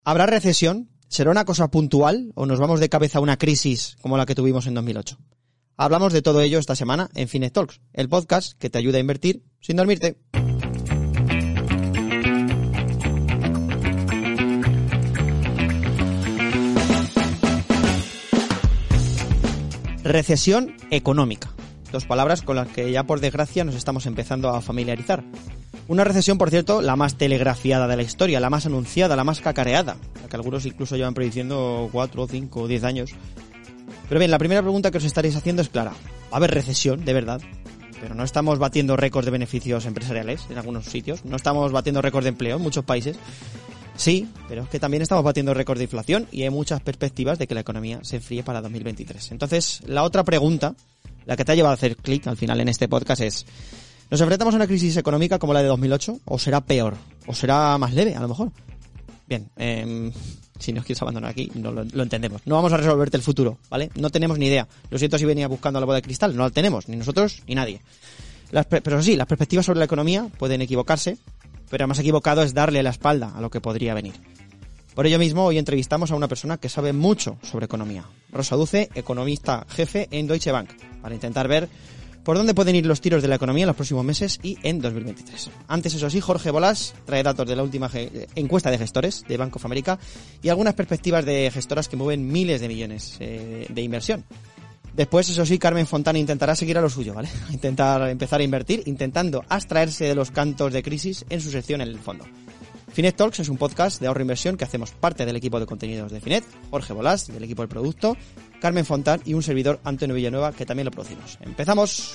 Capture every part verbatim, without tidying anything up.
¿Habrá recesión? ¿Será una cosa puntual o nos vamos de cabeza a una crisis como la que tuvimos en dos mil ocho? Hablamos de todo ello esta semana en Finet Talks, el podcast que te ayuda a invertir sin dormirte. Recesión económica. Dos palabras con las que ya por desgracia nos estamos empezando a familiarizar. Una recesión, por cierto, la más telegrafiada de la historia, la más anunciada, la más cacareada, la que algunos incluso llevan prediciendo cuatro, cinco, diez años. Pero bien, la primera pregunta que os estaréis haciendo es clara. ¿Va a haber recesión, de verdad? Pero no estamos batiendo récords de beneficios empresariales en algunos sitios, no estamos batiendo récords de empleo en muchos países. Sí, pero es que también estamos batiendo récords de inflación y hay muchas perspectivas de que la economía se enfríe para dos mil veintitrés. Entonces, la otra pregunta, la que te ha llevado a hacer clic al final en este podcast es: ¿nos enfrentamos a una crisis económica como la de dos mil ocho? ¿O será peor? ¿O será más leve, a lo mejor? Bien, eh, si nos quieres abandonar aquí, no lo, lo entendemos. No vamos a resolverte el futuro, ¿vale? No tenemos ni idea. Lo siento si venía buscando la bola de cristal, no la tenemos, ni nosotros ni nadie. Las, pero sí, las perspectivas sobre la economía pueden equivocarse, pero más equivocado es darle la espalda a lo que podría venir. Por ello mismo, hoy entrevistamos a una persona que sabe mucho sobre economía. Rosa Duce, economista jefe en Deutsche Bank, para intentar ver por dónde pueden ir los tiros de la economía en los próximos meses y en dos mil veintitrés. Antes, eso sí, Jorge Bolás trae datos de la última ge- encuesta de gestores de Bank of America y algunas perspectivas de gestoras que mueven miles de millones eh, de inversión. Después, eso sí, Carmen Fontana intentará seguir a lo suyo, ¿vale? Intentar empezar a invertir, intentando abstraerse de los cantos de crisis en su sección en el fondo. Finet Talks es un podcast de ahorro e inversión que hacemos parte del equipo de contenidos de Finet, Jorge Bolás, del equipo del producto, Carmen Fontán y un servidor, Antonio Villanueva, que también lo producimos. ¡Empezamos!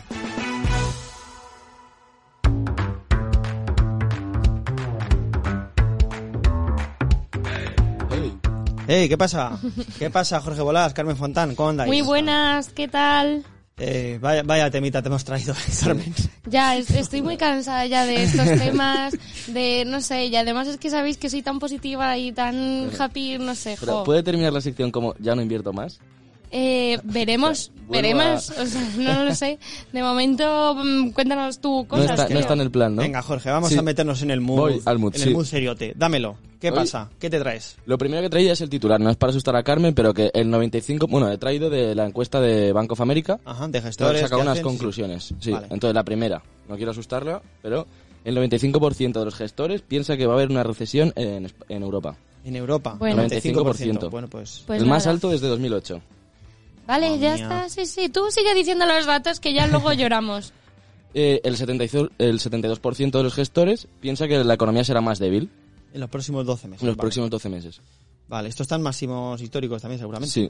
Hey, ¿qué pasa? ¿Qué pasa, Jorge Bolás, Carmen Fontán? ¿Cómo andáis? Muy buenas, ¿qué tal? Eh, vaya, vaya temita te hemos traído, Carmen. Ya, es, estoy muy cansada ya de estos temas, de, no sé, y además es que sabéis que soy tan positiva y tan pero, happy, no sé, pero jo. ¿Puede terminar la sección como ya no invierto más? Eh, veremos, o sea, veremos, a... o sea, no lo sé. De momento, mmm, cuéntanos tú cosas. No está, no está en el plan, ¿no? Venga, Jorge, vamos sí. a meternos en el mood, Voy al mood en sí. el mood seriote. Dámelo. ¿Qué Hoy, pasa? ¿Qué te traes? Lo primero que traía es el titular, no es para asustar a Carmen, pero que el noventa y cinco, bueno, he traído de la encuesta de Bank of America. Ajá, de gestores. He sacado unas hacen? conclusiones, sí. sí. Vale. Entonces, la primera, no quiero asustarla, pero el noventa y cinco por ciento de los gestores piensa que va a haber una recesión en, en Europa. En Europa, bueno. noventa y cinco por ciento. Bueno, pues... pues el nada. más alto desde dos mil ocho. Vale, oh, ya mía. está, sí, sí. Tú sigue diciendo los datos que ya luego lloramos. Eh, el, setenta y dos, el setenta y dos por ciento de los gestores piensa que la economía será más débil. En los próximos doce meses. En los vale. próximos doce meses. Vale, estos están máximos históricos también, seguramente. Sí.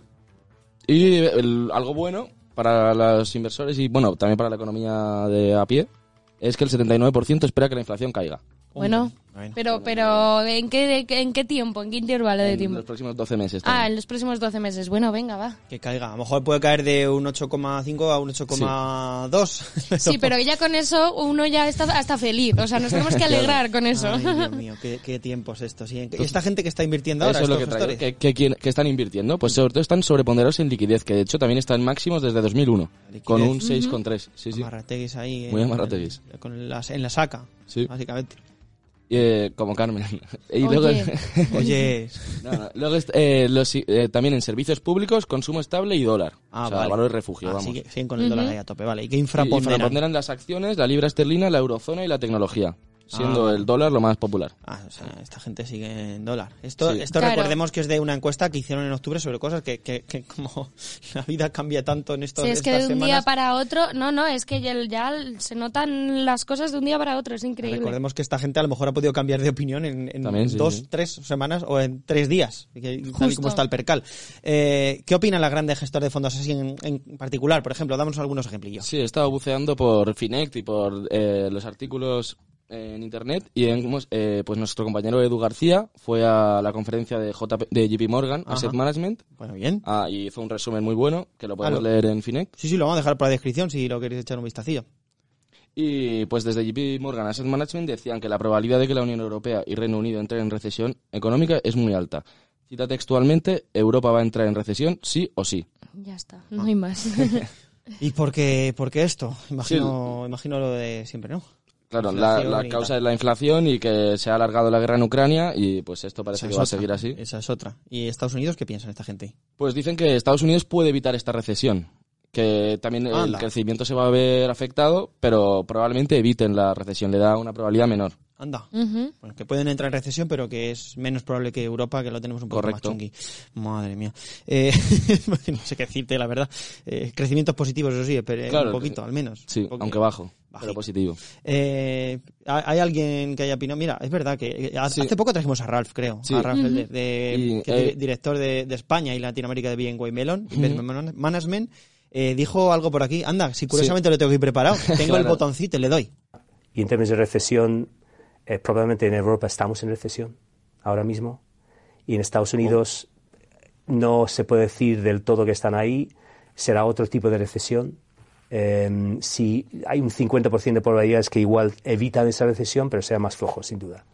Y el, algo bueno para los inversores y, bueno, también para la economía de a pie es que el setenta y nueve por ciento espera que la inflación caiga. Bueno, bueno, pero pero ¿en qué, en qué tiempo? ¿En qué intervalo de en tiempo? En los próximos doce meses. También. Ah, también. en los próximos doce meses. Bueno, venga, va. Que caiga. A lo mejor puede caer de un ocho coma cinco a un ocho coma dos. Sí. Sí, pero ya con eso uno ya está hasta feliz. O sea, nos tenemos que alegrar con eso. Ay, Dios mío, qué, qué tiempos estos. ¿Y esta gente que está invirtiendo ahora? Eso es lo que traigo. ¿Qué, qué, qué, ¿Qué están invirtiendo? Pues sobre todo están sobreponderados en liquidez, que de hecho también están máximos desde dos mil uno. Con un seis coma tres. Sí, sí. Amarrateguis ahí. Muy amarrateguis. Con las, en la saca, sí. Básicamente. Eh, como Carmen. Y Oye. luego, Oye. No, no. Luego eh, los, eh, también en servicios públicos, consumo estable y dólar. Ah, o sea, vale. valor de refugio, ah, vamos. Sigue, siguen con el uh-huh. dólar ahí a tope, vale. ¿Y qué infraponderan? infraponderan? Infraponderan las acciones, la libra esterlina, la eurozona y la tecnología. Siendo ah. el dólar lo más popular. Ah, o sea, esta gente sigue en dólar. Esto, sí. esto claro. Recordemos que es de una encuesta que hicieron en octubre sobre cosas que, que, que como la vida cambia tanto en estos sí, es que de un semanas. día para otro, no, no, es que ya, ya se notan las cosas de un día para otro, es increíble. Recordemos que esta gente a lo mejor ha podido cambiar de opinión en, en También, sí, dos, sí. tres semanas o en tres días, que, tal y como está el percal. Eh, ¿Qué opinan las grandes gestores de fondos así en, en particular? Por ejemplo, damos algunos ejemplillos. Sí, he estado buceando por Finect y por eh, los artículos en internet y hemos, eh, pues nuestro compañero Edu García fue a la conferencia de, J P, de J P Morgan Ajá. Asset Management. Bueno, bien. Ah, y hizo un resumen muy bueno que lo podemos ah, lo... leer en Finect. Sí, sí, lo vamos a dejar por la descripción si lo queréis echar un vistacillo. Y pues desde J P Morgan Asset Management decían que la probabilidad de que la Unión Europea y Reino Unido entren en recesión económica es muy alta. Cita textualmente, Europa va a entrar en recesión sí o sí. Ya está, no hay más. ¿Y por qué, por qué esto? Imagino, sí. imagino lo de siempre, ¿no? Claro, la, la causa es la inflación y que se ha alargado la guerra en Ucrania y pues esto parece que va a seguir así. Esa es otra. ¿Y Estados Unidos qué piensan esta gente? Pues dicen que Estados Unidos puede evitar esta recesión, que también Anda. el crecimiento se va a ver afectado, pero probablemente eviten la recesión, le da una probabilidad menor. Anda. Ujú. Bueno, que pueden entrar en recesión, pero que es menos probable que Europa, que lo tenemos un poco Correcto. más chungui. Madre mía. Eh, no sé qué decirte, la verdad. Eh, crecimientos positivos, eso sí, pero Claro, un poquito, al menos. Sí, Un poquito. aunque bajo, Bajito. pero positivo. Eh, ¿Hay alguien que haya opinado? Mira, es verdad que eh, hace Sí. poco trajimos a Ralph, creo. Sí. A Ralph, el de, Ujú. de- Y, que es eh, di- director de, de España y Latinoamérica de B N Y Mellon, Ujú. Investment Man- Management. Eh, dijo algo por aquí. Anda, si curiosamente lo tengo aquí preparado. Tengo el Claro. botoncito y le doy. Y en términos de recesión, eh, probablemente en Europa estamos en recesión ahora mismo. Y en Estados Unidos no se puede decir del todo que están ahí. Será otro tipo de recesión. Eh, si hay un cincuenta por ciento de probabilidades que igual evitan esa recesión, pero sea más flojo, sin duda.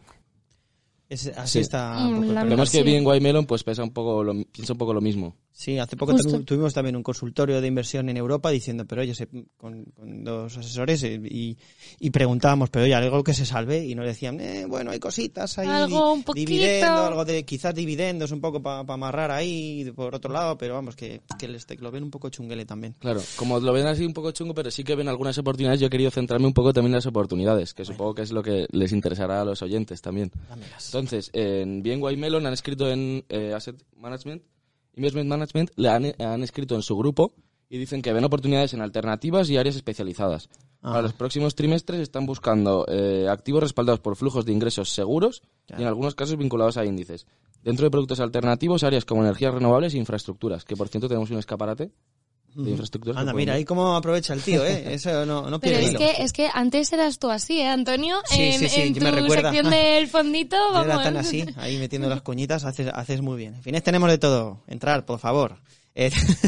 Es- así Sí. está. Mm, un poco el la problema. Vemos que sí. B N Y Mellon pues piensa un poco lo, piensa un poco lo mismo. Sí, hace poco Justo. tu- tuvimos también un consultorio de inversión en Europa diciendo, pero oye, se- con, con dos asesores eh, y, y preguntábamos, pero oye, algo que se salve, y nos decían, eh, bueno, hay cositas ahí, Algo un di- poquito. dividendo, algo de quizás dividendos un poco para amarrar ahí por otro lado, pero vamos, que, que les, que lo ven un poco chunguele también. Claro, como lo ven así un poco chungo, pero sí que ven algunas oportunidades, yo he querido centrarme un poco también en las oportunidades, que supongo que es lo que les interesará a los oyentes también. Dámelas. Entonces, en B N Y Mellon han escrito en eh, Asset Management, Investment Management, le han, han escrito en su grupo y dicen que ven oportunidades en alternativas y áreas especializadas. Ajá. Para los próximos trimestres están buscando eh, activos respaldados por flujos de ingresos seguros Claro. y en algunos casos vinculados a índices. Dentro de productos alternativos, áreas como energías renovables e infraestructuras, que por cierto tenemos un escaparate de infraestructuras. Anda, que mira, pueden ahí cómo aprovecha el tío, ¿eh? Eso no, no Pero pierde es hilo. que, es que antes eras tú así, ¿eh, Antonio? Sí, en sí, sí, en yo tu me recuerda. sección del fondito, Yo vamos. era tan así, ahí metiendo las coñitas, haces, haces muy bien. En fin, tenemos de todo. Entrar, por favor. Eh,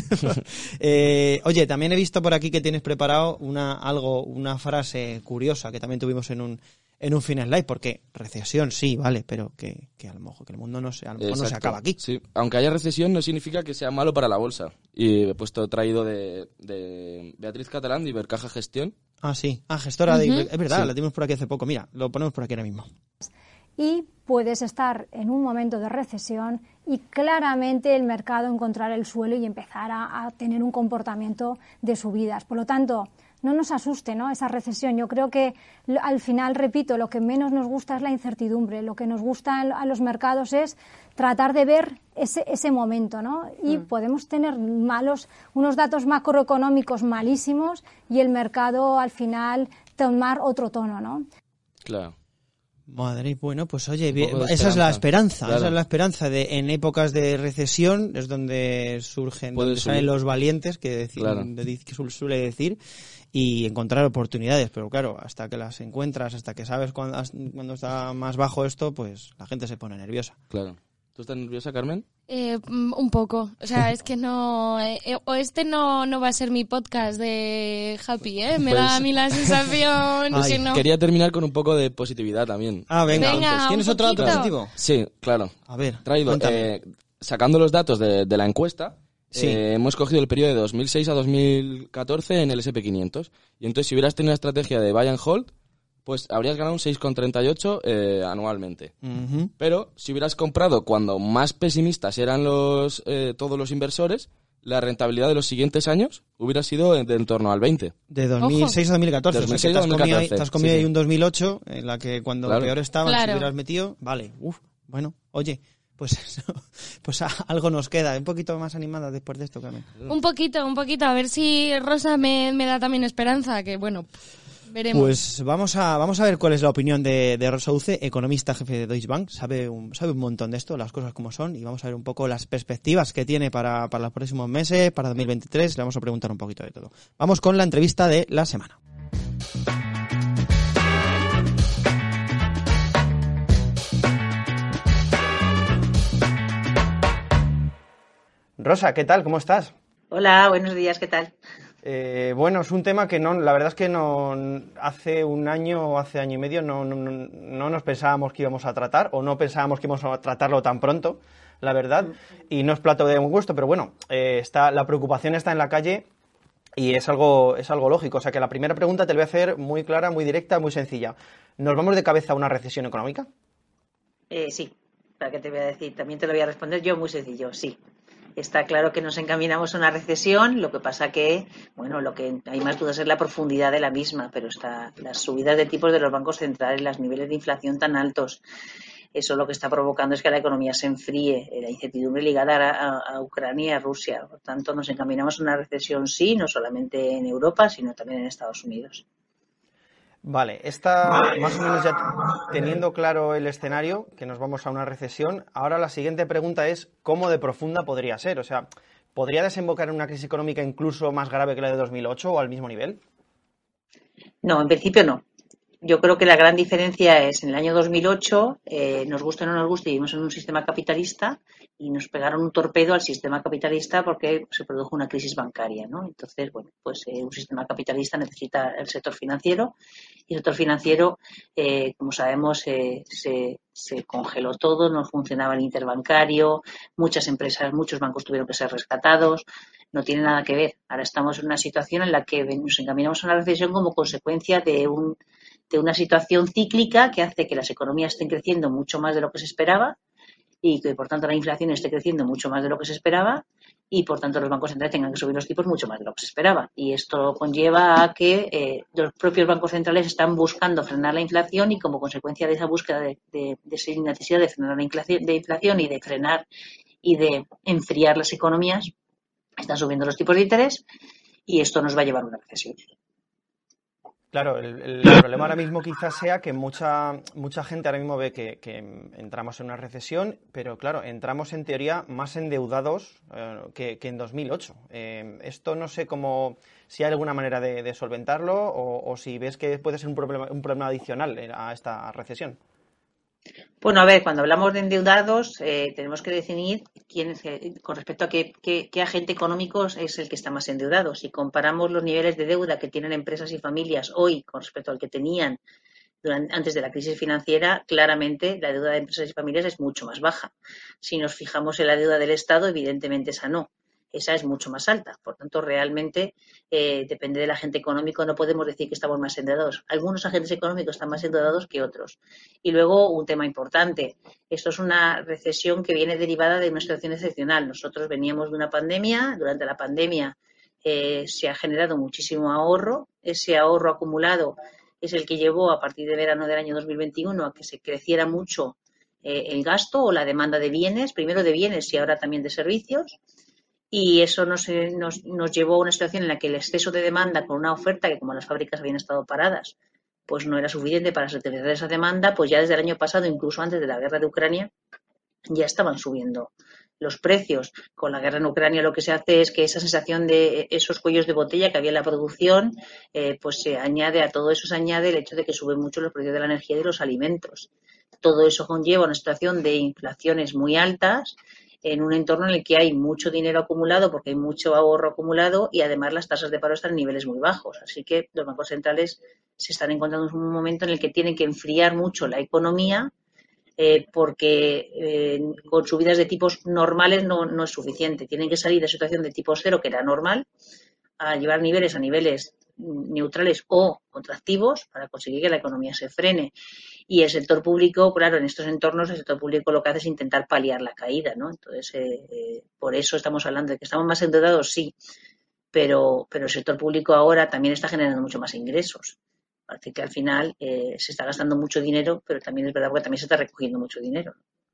eh, oye, también he visto por aquí que tienes preparado una algo, una frase curiosa que también tuvimos en un en un Finance Live, porque recesión sí, vale, pero que, que a lo mejor que el mundo no se, a lo mejor no se Exacto. acaba aquí. Sí, aunque haya recesión no significa que sea malo para la bolsa. Y he puesto traído de, de Beatriz Catalán de Ibercaja Gestión. Ah, sí. Ah, gestora de... Ujú. Es verdad, Sí. la tuvimos por aquí hace poco. Mira, lo ponemos por aquí ahora mismo. Y puedes estar en un momento de recesión y claramente el mercado encontrar el suelo y empezar a, a tener un comportamiento de subidas. Por lo tanto, no nos asuste, ¿no?, esa recesión. Yo creo que lo- al final, repito, lo que menos nos gusta es la incertidumbre. Lo que nos gusta en- a los mercados es tratar de ver ese, ese momento, ¿no? Y podemos tener malos, unos datos macroeconómicos malísimos y el mercado al final tomar otro tono, ¿no? Claro. Madre, bueno, pues oye, Un bien, poco de esa es la esperanza. esperanza, Claro. esa es la esperanza de en épocas de recesión es donde surgen, Puede donde salen subir. los valientes que, decir, Claro. de- que su- suele decir y encontrar oportunidades, pero claro, hasta que las encuentras, hasta que sabes cuándo, cuando está más bajo esto, pues la gente se pone nerviosa. Claro. ¿Tú estás nerviosa, Carmen? Eh, mm, un poco. O sea, es que no... eh, eh, o este no, no va a ser mi podcast de Happy, ¿eh? Me Pues- da a mí la sensación Ay, que no. Quería terminar con un poco de positividad también. Ah, venga, Venga, entonces, ¿tienes un otro dato poquito. positivo? Sí, claro. A ver, Traído, cuéntame. eh, sacando los datos de, de la encuesta, Sí. eh, hemos cogido el periodo de dos mil seis a dos mil catorce en el ese and pe quinientos. Y entonces, si hubieras tenido una estrategia de buy and hold, pues habrías ganado un seis coma treinta y ocho eh, anualmente. Ujú. Pero si hubieras comprado cuando más pesimistas eran los eh, todos los inversores, la rentabilidad de los siguientes años hubiera sido de, de en torno al veinte. De dos mil seis a dos mil catorce, dos mil o sea, que seis te a has dos mil comido, ahí, catorce, te has comido sí, ahí sí. un dos mil ocho, en la que cuando Claro. peor estaban, Claro. si hubieras metido, vale, uff, bueno, oye, pues eso, pues a- algo nos queda, un poquito más animada después de esto, Carmen. Un poquito, un poquito. A ver si Rosa me, me da también esperanza, que bueno, veremos. Pues vamos a vamos a ver cuál es la opinión de, de Rosa Uce, economista jefe de Deutsche Bank, sabe un, sabe un montón de esto, las cosas como son, y vamos a ver un poco las perspectivas que tiene para, para los próximos meses, para dos mil veintitrés, le vamos a preguntar un poquito de todo. Vamos con la entrevista de la semana. Rosa, ¿qué tal? ¿Cómo estás? Hola, buenos días, ¿qué tal? Eh, bueno, es un tema que no, la verdad es que no hace un año o hace año y medio no, no, no, no nos pensábamos que íbamos a tratar o no pensábamos que íbamos a tratarlo tan pronto, la verdad, y no es plato de buen gusto, pero bueno, eh, está, la preocupación está en la calle Y es algo, es algo lógico. O sea que la primera pregunta te la voy a hacer muy clara, muy directa, muy sencilla. ¿Nos vamos de cabeza a una recesión económica? Eh, sí, ¿para qué te voy a decir? También te lo voy a responder yo muy sencillo, sí. Está claro que nos encaminamos a una recesión, lo que pasa que, bueno, lo que hay más dudas es la profundidad de la misma, pero está, las subidas de tipos de los bancos centrales, los niveles de inflación tan altos, eso lo que está provocando es que la economía se enfríe, la incertidumbre ligada a, a, a Ucrania y a Rusia. Por tanto, nos encaminamos a una recesión, sí, no solamente en Europa, sino también en Estados Unidos. Vale, esta, más o menos ya teniendo claro el escenario, que nos vamos a una recesión, ahora la siguiente pregunta es ¿cómo de profunda podría ser? O sea, ¿podría desembocar en una crisis económica incluso más grave que la de dos mil ocho o al mismo nivel? No, en principio no. Yo creo que la gran diferencia es en el año dos mil ocho, eh, nos guste o no nos guste, vivimos en un sistema capitalista y nos pegaron un torpedo al sistema capitalista porque se produjo una crisis bancaria, ¿no? Entonces, bueno, pues eh, un sistema capitalista necesita el sector financiero y el sector financiero, eh, como sabemos, eh, se, se congeló todo, no funcionaba el interbancario, muchas empresas, muchos bancos tuvieron que ser rescatados. No tiene nada que ver. Ahora estamos en una situación en la que nos encaminamos a una recesión como consecuencia de un de una situación cíclica que hace que las economías estén creciendo mucho más de lo que se esperaba y que, por tanto, la inflación esté creciendo mucho más de lo que se esperaba y, por tanto, los bancos centrales tengan que subir los tipos mucho más de lo que se esperaba. Y esto conlleva a que eh, los propios bancos centrales están buscando frenar la inflación y, como consecuencia de esa búsqueda de, de, de esa necesidad de frenar la inflación, de inflación y de frenar y de enfriar las economías, están subiendo los tipos de interés y esto nos va a llevar a una recesión. Claro, el, el problema ahora mismo quizás sea que mucha mucha gente ahora mismo ve que, que entramos en una recesión, pero claro, entramos en teoría más endeudados eh, que, que en dos mil ocho. Eh, esto no sé cómo, si hay alguna manera de, de solventarlo o, o si ves que puede ser un problema, un problema adicional a esta recesión. Bueno, a ver, cuando hablamos de endeudados, eh, tenemos que definir quién es, eh, con respecto a qué, qué, qué agente económico es el que está más endeudado. Si comparamos los niveles de deuda que tienen empresas y familias hoy con respecto al que tenían durante, antes de la crisis financiera, claramente la deuda de empresas y familias es mucho más baja. Si nos fijamos en la deuda del Estado, evidentemente esa no. Esa es mucho más alta. Por tanto, realmente eh, depende del agente económico. No podemos decir que estamos más endeudados. Algunos agentes económicos están más endeudados que otros. Y luego, un tema importante. Esto es una recesión que viene derivada de una situación excepcional. Nosotros veníamos de una pandemia. Durante la pandemia eh, se ha generado muchísimo ahorro. Ese ahorro acumulado es el que llevó a partir de verano del año dos mil veintiuno a que se creciera mucho eh, el gasto o la demanda de bienes, primero de bienes y ahora también de servicios. Y eso nos, nos, nos llevó a una situación en la que el exceso de demanda con una oferta que, como las fábricas habían estado paradas, pues no era suficiente para satisfacer esa demanda, pues ya desde el año pasado, incluso antes de la guerra de Ucrania, ya estaban subiendo los precios. Con la guerra en Ucrania lo que se hace es que esa sensación de esos cuellos de botella que había en la producción, eh, pues se añade a todo eso, se añade el hecho de que suben mucho los precios de la energía y de los alimentos. Todo eso conlleva una situación de inflaciones muy altas, en un entorno en el que hay mucho dinero acumulado porque hay mucho ahorro acumulado y además las tasas de paro están en niveles muy bajos. Así que los bancos centrales se están encontrando en un momento en el que tienen que enfriar mucho la economía eh, porque eh, con subidas de tipos normales no, no es suficiente. Tienen que salir de situación de tipo cero, que era normal, a llevar niveles a niveles neutrales o contractivos para conseguir que la economía se frene. Y el sector público, claro, en estos entornos el sector público lo que hace es intentar paliar la caída, ¿no? Entonces, eh, eh, por eso estamos hablando de que estamos más endeudados, sí, pero, pero el sector público ahora también está generando mucho más ingresos. Así que al final eh, se está gastando mucho dinero, pero también es verdad que también se está recogiendo mucho dinero.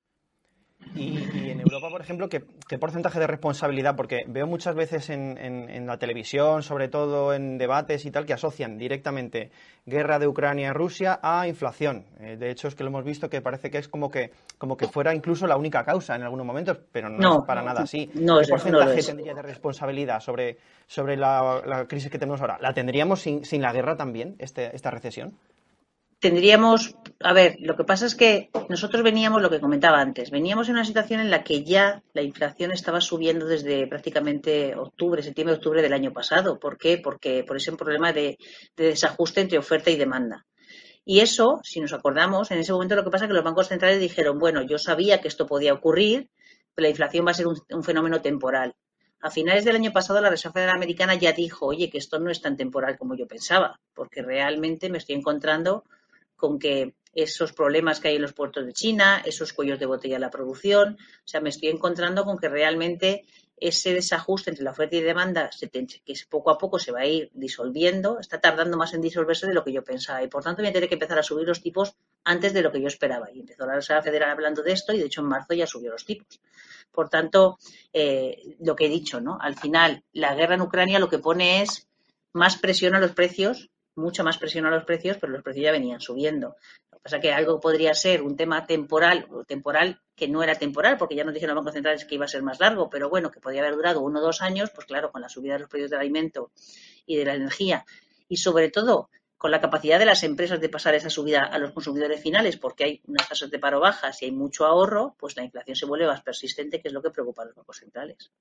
Y, y en Europa, por ejemplo, ¿qué, qué porcentaje de responsabilidad? Porque veo muchas veces en, en, en la televisión, sobre todo en debates y tal, que asocian directamente guerra de Ucrania y Rusia a inflación. Eh, de hecho, es que lo hemos visto que parece que es como que como que fuera incluso la única causa en algunos momentos, pero no, no es para nada así. No ¿Qué es, porcentaje no tendría de responsabilidad sobre, sobre la, la crisis que tenemos ahora? ¿La tendríamos sin, sin la guerra también, este, esta recesión? Tendríamos, a ver, lo que pasa es que nosotros veníamos, lo que comentaba antes, veníamos en una situación en la que ya la inflación estaba subiendo desde prácticamente octubre, septiembre, octubre del año pasado. ¿Por qué? Porque por ese problema de, de desajuste entre oferta y demanda. Y eso, si nos acordamos, en ese momento lo que pasa es que los bancos centrales dijeron, bueno, yo sabía que esto podía ocurrir, pero la inflación va a ser un, un fenómeno temporal. A finales del año pasado la Reserva Federal Americana ya dijo, oye, que esto no es tan temporal como yo pensaba, porque realmente me estoy encontrando con que esos problemas que hay en los puertos de China, esos cuellos de botella en la producción, o sea, me estoy encontrando con que realmente ese desajuste entre la oferta y demanda, que poco a poco se va a ir disolviendo, está tardando más en disolverse de lo que yo pensaba y por tanto voy a tener que empezar a subir los tipos antes de lo que yo esperaba. Y empezó la Reserva Federal hablando de esto y de hecho en marzo ya subió los tipos. Por tanto, eh, lo que he dicho, ¿no? Al final, la guerra en Ucrania lo que pone es más presión a los precios, mucha más presión a los precios, pero los precios ya venían subiendo. Lo que pasa es que algo podría ser un tema temporal, o temporal que no era temporal, porque ya nos dijeron los bancos centrales que iba a ser más largo, pero bueno, que podría haber durado uno o dos años, pues claro, con la subida de los precios del alimento y de la energía. Y sobre todo, con la capacidad de las empresas de pasar esa subida a los consumidores finales, porque hay unas tasas de paro bajas y hay mucho ahorro, pues la inflación se vuelve más persistente, que es lo que preocupa a los bancos centrales.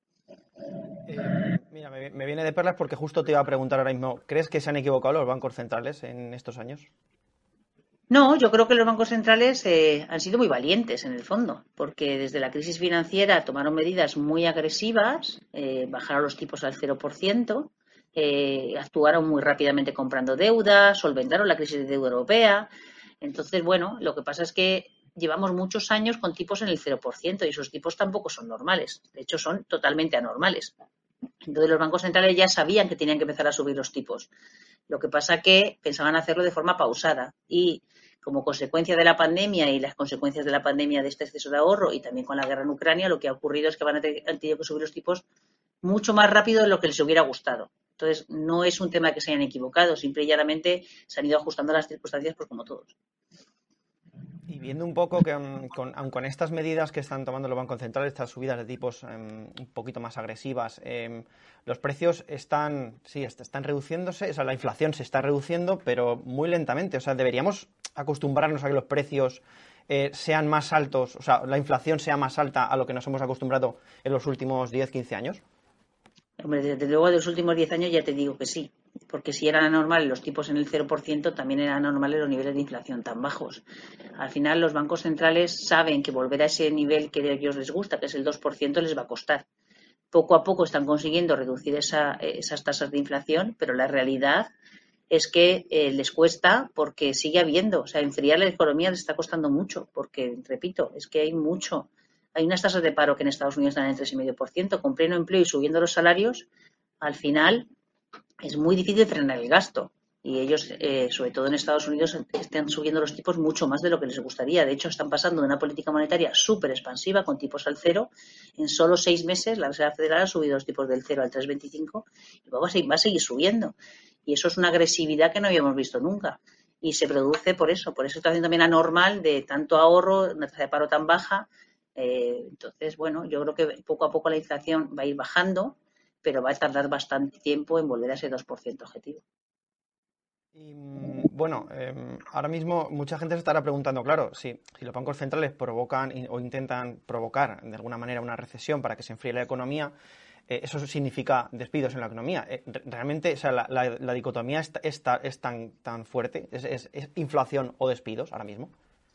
Eh, mira, me, me viene de perlas porque justo te iba a preguntar ahora mismo, ¿crees que se han equivocado los bancos centrales en estos años? No, yo creo que los bancos centrales eh, han sido muy valientes en el fondo, porque desde la crisis financiera tomaron medidas muy agresivas, eh, bajaron los tipos al cero por ciento, eh, actuaron muy rápidamente comprando deuda, solventaron la crisis de deuda europea. Entonces, bueno, lo que pasa es que llevamos muchos años con tipos en el cero por ciento y esos tipos tampoco son normales, de hecho son totalmente anormales. Entonces los bancos centrales ya sabían que tenían que empezar a subir los tipos. Lo que pasa que pensaban hacerlo de forma pausada y como consecuencia de la pandemia y las consecuencias de la pandemia de este exceso de ahorro y también con la guerra en Ucrania, lo que ha ocurrido es que van a tener, han tenido que subir los tipos mucho más rápido de lo que les hubiera gustado. Entonces no es un tema que se hayan equivocado, simple y llanamente se han ido ajustando a las circunstancias pues como todos. Y viendo un poco que um, con, aun con estas medidas que están tomando los bancos centrales, estas subidas de tipos um, un poquito más agresivas, eh, los precios están, sí, están reduciéndose, o sea, la inflación se está reduciendo, pero muy lentamente. O sea, deberíamos acostumbrarnos a que los precios eh, sean más altos, o sea, la inflación sea más alta a lo que nos hemos acostumbrado en los últimos diez, quince años. Hombre, desde luego de los últimos diez años ya te digo que sí, porque si eran anormales los tipos en el cero por ciento, también eran anormales los niveles de inflación tan bajos. Al final los bancos centrales saben que volver a ese nivel que a ellos les gusta, que es el dos por ciento, les va a costar. Poco a poco están consiguiendo reducir esa, esas tasas de inflación, pero la realidad es que eh, les cuesta porque sigue habiendo, o sea, enfriar la economía les está costando mucho, porque, repito, es que hay mucho. Hay unas tasas de paro que en Estados Unidos están en el tres coma cinco por ciento, con pleno empleo y subiendo los salarios, al final es muy difícil frenar el gasto. Y ellos, eh, sobre todo en Estados Unidos, están subiendo los tipos mucho más de lo que les gustaría. De hecho, están pasando de una política monetaria súper expansiva con tipos al cero. En solo seis meses, la Reserva Federal ha subido los tipos del cero al tres coma veinticinco y va a seguir, va a seguir subiendo. Y eso es una agresividad que no habíamos visto nunca. Y se produce por eso. Por eso está haciendo también anormal de tanto ahorro, una tasa de paro tan baja. Eh, entonces, bueno, yo creo que poco a poco la inflación va a ir bajando, pero va a tardar bastante tiempo en volver a ese dos por ciento objetivo. Y, bueno, eh, ahora mismo mucha gente se estará preguntando, claro, si, si los bancos centrales provocan o intentan provocar de alguna manera una recesión para que se enfríe la economía, eh, eso significa despidos en la economía. Eh, realmente, o sea, la, la, la dicotomía es, es, es tan, tan fuerte, ¿Es, es, ¿es inflación o despidos ahora mismo?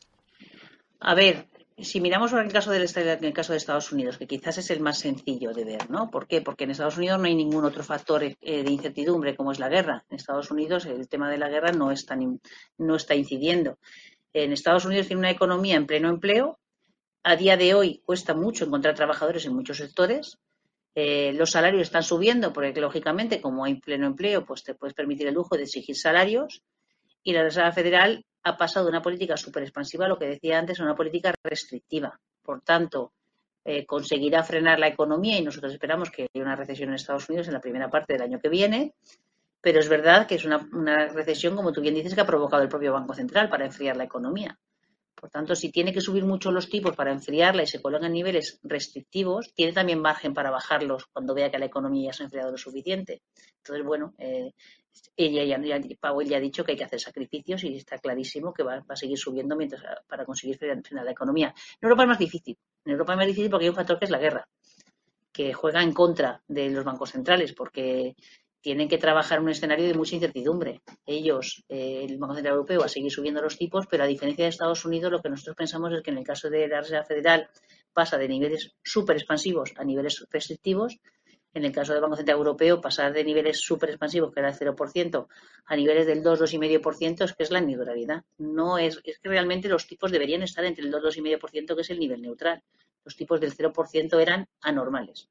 A ver, si miramos ahora el caso del en el caso de Estados Unidos, que quizás es el más sencillo de ver, ¿no? ¿Por qué? Porque en Estados Unidos no hay ningún otro factor eh, de incertidumbre como es la guerra. En Estados Unidos el tema de la guerra no es tan, no está incidiendo. En Estados Unidos tiene una economía en pleno empleo. A día de hoy cuesta mucho encontrar trabajadores en muchos sectores. Eh, los salarios están subiendo porque, lógicamente, como hay pleno empleo, pues te puedes permitir el lujo de exigir salarios. Y la Reserva Federal ha pasado de una política súper expansiva, lo que decía antes, a una política restrictiva. Por tanto, eh, conseguirá frenar la economía y nosotros esperamos que haya una recesión en Estados Unidos en la primera parte del año que viene. Pero es verdad que es una, una recesión, como tú bien dices, que ha provocado el propio Banco Central para enfriar la economía. Por tanto, si tiene que subir mucho los tipos para enfriarla y se colocan en niveles restrictivos, tiene también margen para bajarlos cuando vea que la economía ya se ha enfriado lo suficiente. Entonces, bueno, eh, ella ya, ya, Powell ya ha dicho que hay que hacer sacrificios y está clarísimo que va, va a seguir subiendo mientras para conseguir frenar la economía. En Europa es más difícil. En Europa es más difícil porque hay un factor que es la guerra, que juega en contra de los bancos centrales, porque tienen que trabajar en un escenario de mucha incertidumbre. Ellos, eh, el Banco Central Europeo, va a seguir subiendo los tipos, pero a diferencia de Estados Unidos, lo que nosotros pensamos es que en el caso de la Reserva Federal pasa de niveles súper expansivos a niveles restrictivos. En el caso del Banco Central Europeo, pasar de niveles súper expansivos, que era el cero por ciento, a niveles del dos, dos coma cinco por ciento es que es la neutralidad. No es, es que realmente los tipos deberían estar entre el dos, dos coma cinco por ciento, que es el nivel neutral. Los tipos del cero por ciento eran anormales.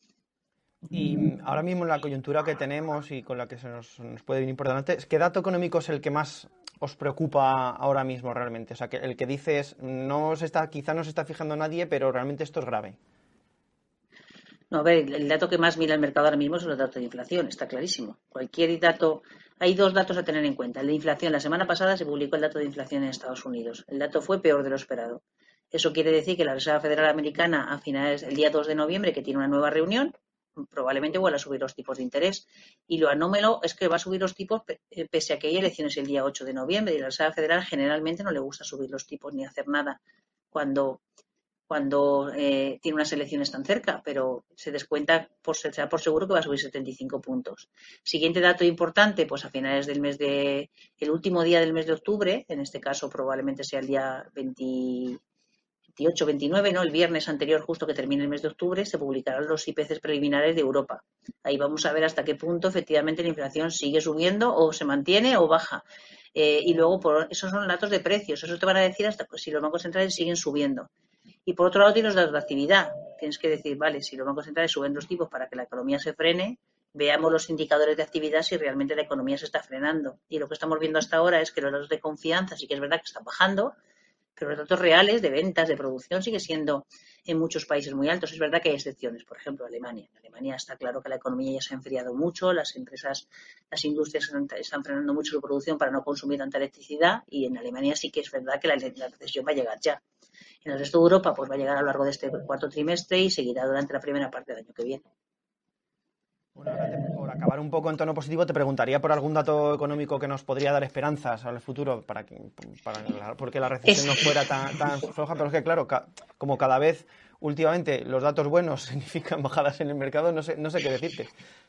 Y ahora mismo en la coyuntura que tenemos y con la que se nos, nos puede venir por delante, ¿qué dato económico es el que más os preocupa ahora mismo realmente? O sea, que el que dices, no se está, quizá no se está fijando nadie, pero realmente esto es grave. No, a ver, el dato que más mira el mercado ahora mismo es el dato de inflación, está clarísimo. Cualquier dato, hay dos datos a tener en cuenta. El de inflación, la semana pasada se publicó el dato de inflación en Estados Unidos. El dato fue peor de lo esperado. Eso quiere decir que la Reserva Federal Americana, a finales del día dos de noviembre, que tiene una nueva reunión, probablemente vuelva a subir los tipos de interés. Y lo anómalo es que va a subir los tipos pese a que hay elecciones el día ocho de noviembre. Y a la Reserva Federal generalmente no le gusta subir los tipos ni hacer nada cuando... cuando eh, tiene unas elecciones tan cerca, pero se descuenta, por, se da por seguro que va a subir setenta y cinco puntos. Siguiente dato importante, pues a finales del mes de, el último día del mes de octubre, en este caso probablemente sea el día veintiocho, veintinueve, ¿no? El viernes anterior, justo que termine el mes de octubre, se publicarán los I P Cs preliminares de Europa. Ahí vamos a ver hasta qué punto efectivamente la inflación sigue subiendo o se mantiene o baja. Eh, y luego, por, esos son datos de precios, eso te van a decir hasta si los bancos centrales siguen subiendo. Y por otro lado tienes los datos de actividad. Tienes que decir, vale, si los bancos centrales suben los tipos para que la economía se frene, veamos los indicadores de actividad si realmente la economía se está frenando. Y lo que estamos viendo hasta ahora es que los datos de confianza sí que es verdad que están bajando, pero los datos reales de ventas, de producción, sigue siendo en muchos países muy altos. Es verdad que hay excepciones, por ejemplo, Alemania. En Alemania está claro que la economía ya se ha enfriado mucho, las empresas, las industrias están frenando mucho su producción para no consumir tanta electricidad y en Alemania sí que es verdad que la, la recesión va a llegar ya. En el resto de Europa pues va a llegar a lo largo de este cuarto trimestre y seguirá durante la primera parte del año que viene. Bueno, ahora te, por acabar un poco en tono positivo, te preguntaría por algún dato económico que nos podría dar esperanzas al futuro para que, para la, porque la recesión no fuera tan, tan floja, pero es que claro, ca, como cada vez últimamente los datos buenos significan bajadas en el mercado, no sé, no sé qué decirte.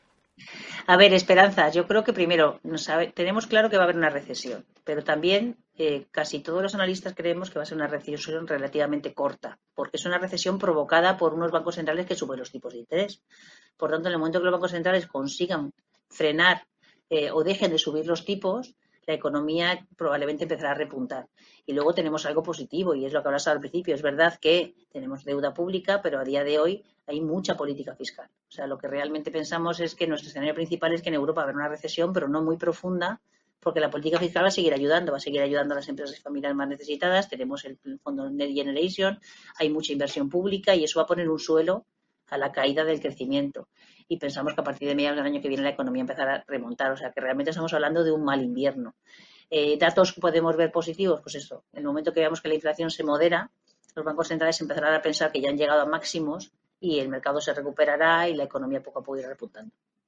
A ver, esperanzas. Yo creo que primero no sabe, tenemos claro que va a haber una recesión, pero también eh, casi todos los analistas creemos que va a ser una recesión relativamente corta, porque es una recesión provocada por unos bancos centrales que suben los tipos de interés. Por tanto, en el momento que los bancos centrales consigan frenar eh, o dejen de subir los tipos, la economía probablemente empezará a repuntar. Y luego tenemos algo positivo, y es lo que hablas al principio. Es verdad que tenemos deuda pública, pero a día de hoy hay mucha política fiscal. O sea, lo que realmente pensamos es que nuestro escenario principal es que en Europa va a haber una recesión, pero no muy profunda, porque la política fiscal va a seguir ayudando, va a seguir ayudando a las empresas familiares más necesitadas. Tenemos el fondo Next Generation, hay mucha inversión pública y eso va a poner un suelo a la caída del crecimiento. Y pensamos que a partir de mediados del año que viene la economía empezará a remontar. O sea, que realmente estamos hablando de un mal invierno. Eh, datos que podemos ver positivos, pues eso, en el momento que veamos que la inflación se modera, los bancos centrales empezarán a pensar que ya han llegado a máximos y el mercado se recuperará y la economía poco a poco irá repuntando.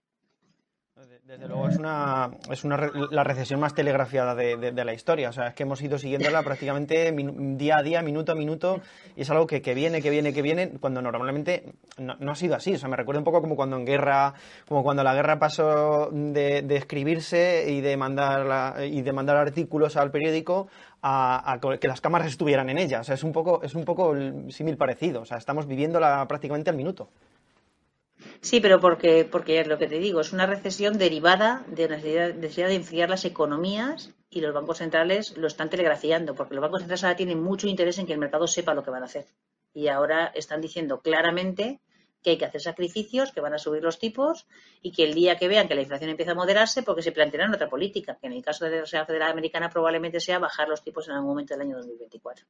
Desde luego es una es una la recesión más telegrafiada de, de, de la historia. O sea, es que hemos ido siguiéndola prácticamente min, día a día, minuto a minuto, y es algo que, que viene, que viene, que viene, cuando normalmente no, no ha sido así. O sea, me recuerda un poco como cuando en guerra, como cuando la guerra pasó de, de escribirse y de mandar la, y de mandar artículos al periódico a, a que las cámaras estuvieran en ella. O sea, es un poco es un poco el símil parecido. O sea, estamos viviéndola prácticamente al minuto. Sí, pero porque, porque es lo que te digo, es una recesión derivada de una necesidad de enfriar las economías y los bancos centrales lo están telegrafiando, porque los bancos centrales ahora tienen mucho interés en que el mercado sepa lo que van a hacer. Y ahora están diciendo claramente que hay que hacer sacrificios, que van a subir los tipos y que el día que vean que la inflación empieza a moderarse, porque se plantearán otra política, que en el caso de la Reserva Federal Americana probablemente sea bajar los tipos en algún momento del año dos mil veinticuatro.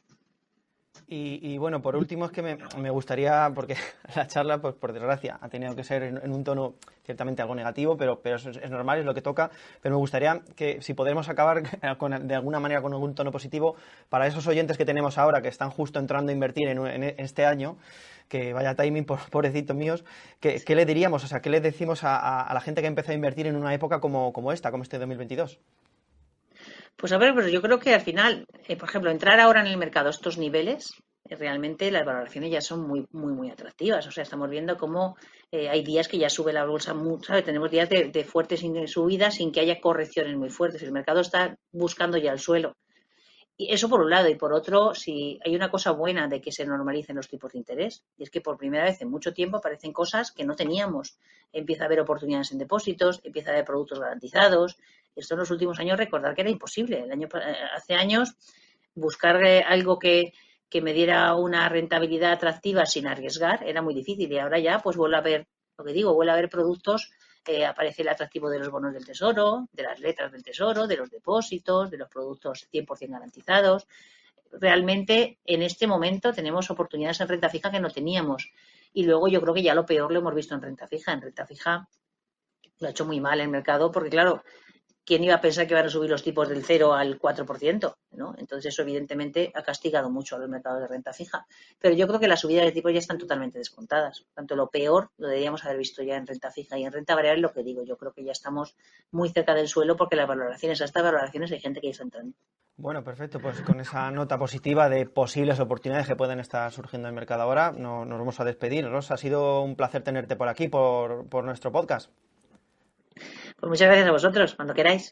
Y, y bueno, por último es que me, me gustaría, porque la charla, pues por desgracia, ha tenido que ser en, en un tono ciertamente algo negativo, pero, pero eso es, es normal, es lo que toca, pero me gustaría que si podemos acabar con, de alguna manera con algún tono positivo para esos oyentes que tenemos ahora, que están justo entrando a invertir en, en este año, que vaya timing, por, pobrecitos míos, ¿qué, ¿qué le diríamos? O sea, ¿qué le decimos a, a, a la gente que empezó a invertir en una época como, como esta, como este dos mil veintidós? Pues a ver, pero yo creo que al final, eh, por ejemplo, entrar ahora en el mercado a estos niveles, eh, realmente las valoraciones ya son muy, muy, muy atractivas. O sea, estamos viendo cómo eh, hay días que ya sube la bolsa, muy, ¿sabes? Tenemos días de, de fuertes subidas sin que haya correcciones muy fuertes. El mercado está buscando ya el suelo. Y eso por un lado. Y por otro, si hay una cosa buena de que se normalicen los tipos de interés, y es que por primera vez en mucho tiempo aparecen cosas que no teníamos. Empieza a haber oportunidades en depósitos, empieza a haber productos garantizados. Esto en los últimos años, recordar que era imposible. El año, hace años, buscar algo que, que me diera una rentabilidad atractiva sin arriesgar era muy difícil. Y ahora ya, pues vuelve a haber, lo que digo, vuelve a haber productos. Eh, aparece el atractivo de los bonos del tesoro, de las letras del tesoro, de los depósitos, de los productos cien por ciento garantizados. Realmente, en este momento tenemos oportunidades en renta fija que no teníamos. Y luego yo creo que ya lo peor lo hemos visto en renta fija. En renta fija lo ha hecho muy mal el mercado porque, claro, ¿quién iba a pensar que van a subir los tipos del cero al cuatro por ciento? ¿No? Entonces, eso evidentemente ha castigado mucho a los mercados de renta fija. Pero yo creo que las subidas de tipos ya están totalmente descontadas. Por tanto, lo peor lo deberíamos haber visto ya en renta fija. Y en renta variable, lo que digo, yo creo que ya estamos muy cerca del suelo porque las valoraciones, a estas valoraciones hay gente que ya está entrando. Bueno, perfecto. Pues con esa nota positiva de posibles oportunidades que pueden estar surgiendo en el mercado ahora, no, nos vamos a despedir. Rosa, ha sido un placer tenerte por aquí, por, por nuestro podcast. Pues muchas gracias a vosotros, cuando queráis.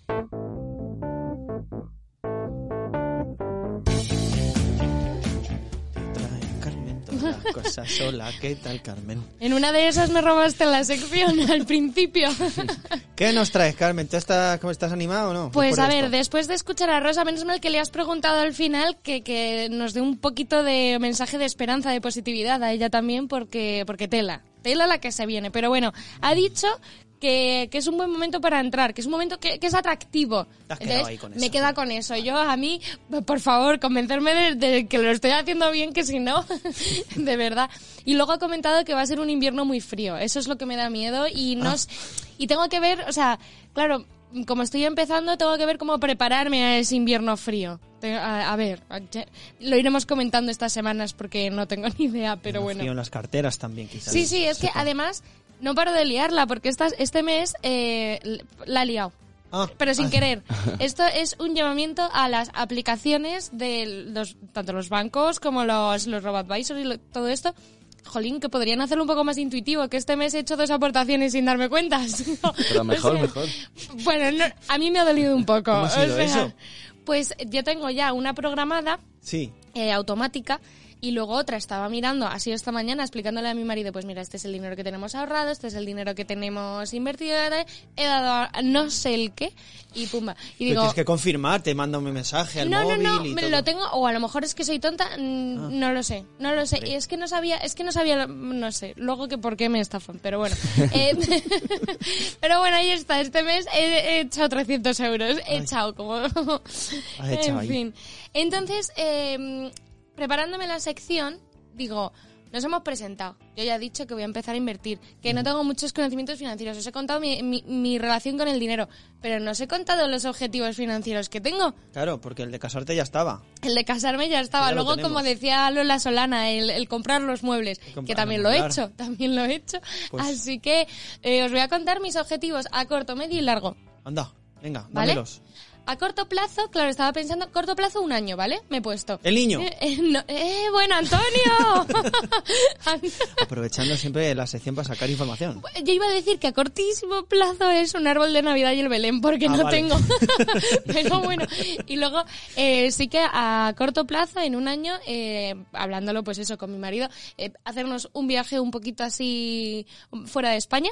Cosa sola, ¿qué tal, Carmen? En una de esas me robaste la sección al principio. ¿Qué nos traes, Carmen? ¿Tú estás, cómo estás animado o no? Pues a ver, esto? después de escuchar a Rosa, menos mal que le has preguntado al final que, que nos dé un poquito de mensaje de esperanza, de positividad a ella también, porque, porque tela, tela la que se viene. Pero bueno, ha dicho que, que es un buen momento para entrar, que es un momento que, que es atractivo. Te has quedado ahí con eso. Me queda con eso. Yo, a mí, por favor, convencerme de, de que lo estoy haciendo bien, que si no, de verdad. Y luego ha comentado que va a ser un invierno muy frío. Eso es lo que me da miedo y no... Ah. Y tengo que ver, o sea, claro, como estoy empezando, tengo que ver cómo prepararme a ese invierno frío. A, a ver, lo iremos comentando estas semanas porque no tengo ni idea, pero el bueno. Frío en las carteras también, quizás. Sí, sí, es que además no paro de liarla porque esta, este mes eh, la he liado. Ah, pero sin ah, querer. Esto es un llamamiento a las aplicaciones de los, tanto los bancos como los, los robo-advisors y lo, todo esto. Jolín, que podrían hacerlo un poco más intuitivo, que este mes he hecho dos aportaciones sin darme cuentas. Pero mejor, o sea, mejor. Bueno, no, a mí me ha dolido un poco. ¿Cómo ha sido o sea, eso? Pues yo tengo ya una programada sí. eh, automática. Y luego otra, estaba mirando, ha sido esta mañana, explicándole a mi marido, pues mira, este es el dinero que tenemos ahorrado, este es el dinero que tenemos invertido, he dado a no sé el qué, y pumba. Y digo, tienes que confirmar, te manda un mensaje al no, móvil No, no, y no, todo. lo tengo, o a lo mejor es que soy tonta, mmm, ah. no lo sé, no lo sé. Sí. Y es que no sabía, es que no sabía, no sé, luego que por qué me estafan, pero bueno. eh, pero bueno, ahí está, este mes he, he echado trescientos euros, he Ay. echado como... Has echado en fin. Ahí. Entonces, eh, preparándome la sección... Digo, nos hemos presentado. Yo ya he dicho que voy a empezar a invertir, que no tengo muchos conocimientos financieros. Os he contado mi, mi, mi relación con el dinero, pero no os he contado los objetivos financieros que tengo. Claro, porque el de casarte ya estaba. El de casarme ya estaba. Ya Luego, como decía Lola Solana, el, el comprar los muebles, comprar, que también lo he hecho, también lo he hecho. Pues... Así que eh, os voy a contar mis objetivos a corto, medio y largo. Anda, venga, ¿vale? dámelos. A corto plazo, claro, estaba pensando, corto plazo un año, ¿vale? Me he puesto. ¿El niño? Eh, eh, no, eh bueno, Antonio. Aprovechando siempre la sección para sacar información. Yo iba a decir que a cortísimo plazo es un árbol de Navidad y el Belén, porque ah, no vale. tengo. Pero bueno, y luego eh, sí que a corto plazo, en un año, eh, hablándolo pues eso con mi marido, eh, hacernos un viaje un poquito así fuera de España.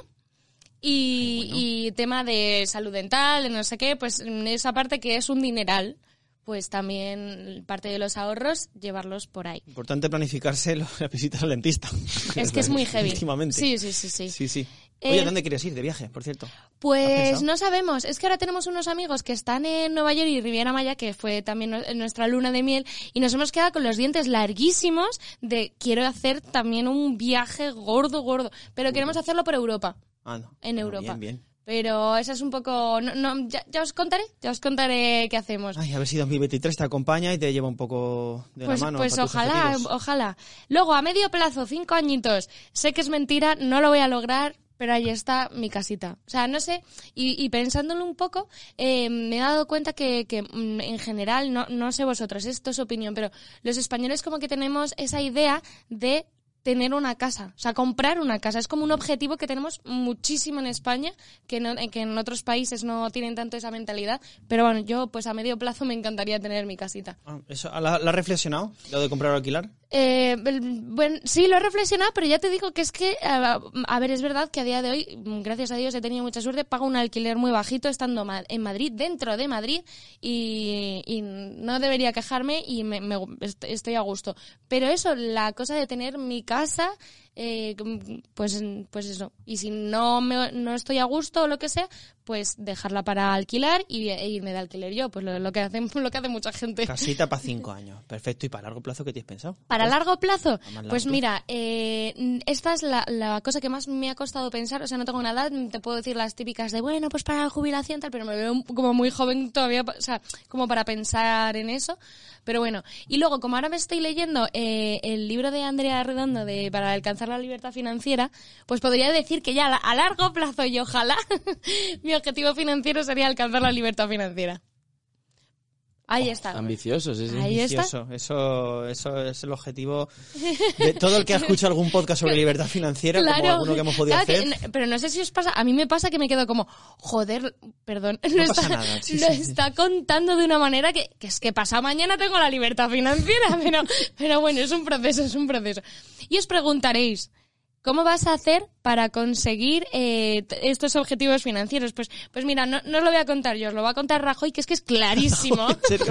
Y, bueno. y tema de salud dental, de no sé qué, pues esa parte que es un dineral, pues también parte de los ahorros, llevarlos por ahí. Importante planificarse las visitas al dentista. Es que es muy heavy. Últimamente. Sí, sí, sí, sí. Sí, sí. Oye, Eh, ¿dónde quieres ir de viaje, por cierto? Pues no sabemos. Es que ahora tenemos unos amigos que están en Nueva York y Riviera Maya, que fue también nuestra luna de miel, y nos hemos quedado con los dientes larguísimos de quiero hacer también un viaje gordo, gordo, pero queremos hacerlo por Europa. Ah, no. En no, Europa. Bien, bien. Pero esa es un poco... No, no, ya, ya os contaré, ya os contaré qué hacemos. Ay, a ver si dos mil veintitrés te acompaña y te lleva un poco de pues, la mano. Pues para tus ojalá, objetivos. ojalá. Luego, a medio plazo, cinco añitos. Sé que es mentira, no lo voy a lograr, pero ahí está mi casita. O sea, no sé, y, y pensándolo un poco, eh, me he dado cuenta que, que en general, no, no sé vosotros, esto es opinión, pero los españoles como que tenemos esa idea de tener una casa, o sea, comprar una casa. Es como un objetivo que tenemos muchísimo en España, que, no, que en otros países no tienen tanto esa mentalidad. Pero bueno, yo pues a medio plazo me encantaría tener mi casita. Ah, ¿eso, ¿la, ¿La has reflexionado, lo de comprar o alquilar? Eh, bueno, sí, lo he reflexionado, pero ya te digo que es que, a, a ver, es verdad que a día de hoy, gracias a Dios, he tenido mucha suerte, pago un alquiler muy bajito estando en Madrid, dentro de Madrid, y, y no debería quejarme y me, me, estoy a gusto. Pero eso, la cosa de tener mi casa, eh, pues pues eso. Y si no me, no estoy a gusto o lo que sea, pues dejarla para alquilar y, e irme de alquiler yo, pues lo, lo que hacen, lo que hace mucha gente. Casita para cinco años, perfecto. ¿Y para largo plazo qué tienes pensado? ¿Para ¿Pues? largo plazo? Largo Pues plazo. mira, eh, esta es la, la cosa que más me ha costado pensar. O sea, no tengo una edad, te puedo decir las típicas de, bueno, pues para la jubilación tal, pero me veo como muy joven todavía, o sea, como para pensar en eso. Pero bueno, y luego, como ahora me estoy leyendo eh, el libro de Andrea Redondo de Para alcanzar la libertad financiera, pues podría decir que ya a largo plazo y ojalá mi objetivo financiero sería alcanzar la libertad financiera. Ahí oh, está. Ambicioso, sí, sí. Ahí Ambicioso. está. Eso, eso es el objetivo de todo el que ha escuchado algún podcast sobre libertad financiera, claro, como alguno que hemos podido claro hacer. Que, pero no sé si os pasa, a mí me pasa que me quedo como, joder, perdón, no lo, pasa está, nada. Sí, lo sí, está sí. contando de una manera que, que es que pasado mañana tengo la libertad financiera, pero, pero bueno, es un proceso, es un proceso. Y os preguntaréis, ¿cómo vas a hacer para conseguir eh, estos objetivos financieros? Pues, pues mira, no, no os lo voy a contar yo, os lo va a contar Rajoy, que es que es clarísimo.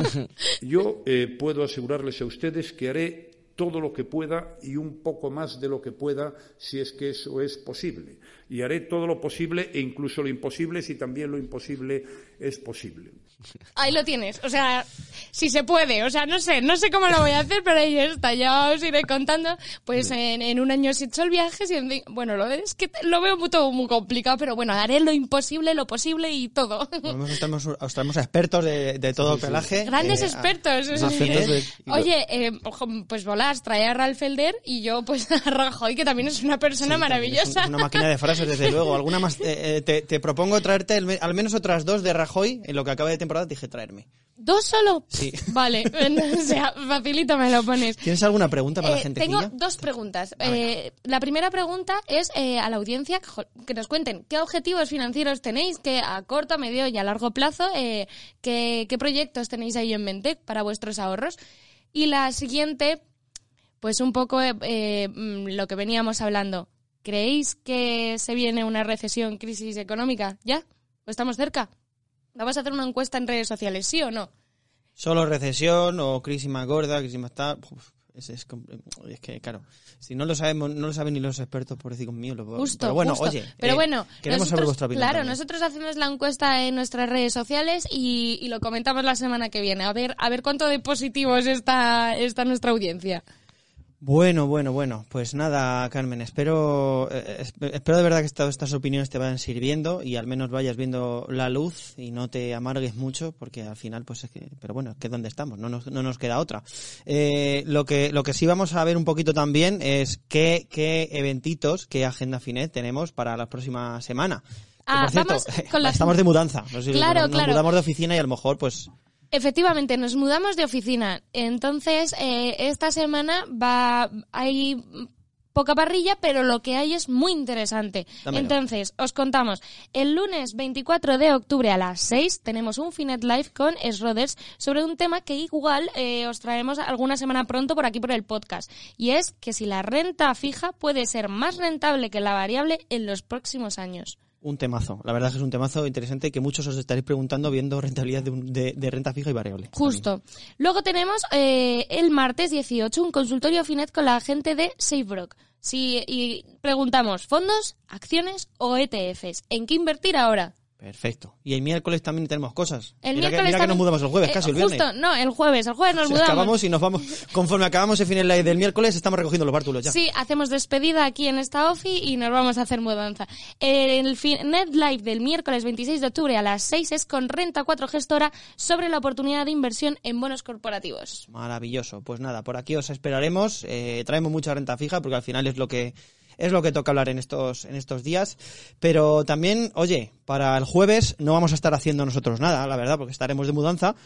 Yo eh, puedo asegurarles a ustedes que haré todo lo que pueda y un poco más de lo que pueda si es que eso es posible. Y haré todo lo posible e incluso lo imposible si también lo imposible es posible. Ahí lo tienes, o sea, si se puede, o sea, no sé, no sé cómo lo voy a hacer, pero ahí está, ya os iré contando, pues en, en un año si he hecho el viaje, si en, bueno, lo, es que lo veo muy, todo muy complicado, pero bueno, haré lo imposible, lo posible y todo. Os traemos, os traemos a expertos de, de todo sí, el pelaje. Grandes eh, expertos. A, sí. de, Oye, eh, pues volás, trae a Ralph Elder y yo pues a Rajoy, que también es una persona sí, maravillosa. Es, es una máquina de frases, desde luego. Alguna más, eh, te, te propongo traerte el, al menos otras dos de Rajoy, en lo que acabe de temporada dije traerme. ¿Dos solo? Sí. Vale, o sea, facilito me lo pones. ¿Tienes alguna pregunta para eh, la gente? Tengo dos preguntas. Eh, la primera pregunta es eh, a la audiencia que nos cuenten qué objetivos financieros tenéis, que a corto, a medio y a largo plazo, eh, qué, qué proyectos tenéis ahí en mente para vuestros ahorros. Y la siguiente, pues un poco eh, eh, lo que veníamos hablando. ¿Creéis que se viene una recesión, crisis económica? ¿Ya? ¿O estamos cerca? Vamos a hacer una encuesta en redes sociales, ¿sí o no? Solo recesión o crisis más gorda, crisis más tal. Uf, es, es, es que, claro, si no lo sabemos, no lo saben ni los expertos, por decir conmigo. Lo puedo, justo, pero bueno, justo. oye, pero eh, bueno, queremos saber vuestra opinión. Claro, también. Nosotros hacemos la encuesta en nuestras redes sociales y, y lo comentamos la semana que viene. A ver, a ver cuánto de positivos está, está nuestra audiencia. Bueno, bueno, bueno, pues nada, Carmen, espero eh, espero de verdad que todas estas opiniones te vayan sirviendo y al menos vayas viendo la luz y no te amargues mucho, porque al final pues es que, pero bueno, es que es donde estamos, no nos, no nos queda otra. Eh, lo que lo que sí vamos a ver un poquito también es qué, qué eventitos, qué agenda Finet tenemos para la próxima semana. Ah, por cierto, vamos con la... estamos de mudanza, no sé, claro, nos, claro. nos mudamos de oficina y a lo mejor pues... Efectivamente, nos mudamos de oficina. Entonces, eh, esta semana va hay poca parrilla, pero lo que hay es muy interesante. Dámelo. Entonces, os contamos. El lunes veinticuatro de octubre a las seis tenemos un Finet Live con Schroders sobre un tema que igual eh, os traemos alguna semana pronto por aquí por el podcast. Y es que si la renta fija puede ser más rentable que la variable en los próximos años. Un temazo, la verdad es que es un temazo interesante que muchos os estaréis preguntando viendo rentabilidad de, un, de, de renta fija y variable. Justo. También. Luego tenemos eh, el martes dieciocho un consultorio Finet con la gente de SafeBroker. Si, y preguntamos, ¿fondos, acciones o E T Fs? ¿En qué invertir ahora? Perfecto. Y el miércoles también tenemos cosas. El mira miércoles que, mira también, que nos mudamos el jueves, eh, casi el justo, viernes. No, el jueves, el jueves nos si mudamos. Acabamos y nos vamos, conforme acabamos el final del miércoles, estamos recogiendo los bártulos ya. Sí, hacemos despedida aquí en esta ofi y nos vamos a hacer mudanza. El Finet Live del miércoles veintiséis de octubre a las seis es con Renta cuatro Gestora sobre la oportunidad de inversión en bonos corporativos. Maravilloso. Pues nada, por aquí os esperaremos. Eh, traemos mucha renta fija porque al final es lo que... Es lo que toca hablar en estos en estos días, pero también, oye, para el jueves no vamos a estar haciendo nosotros nada, la verdad, porque estaremos de mudanza,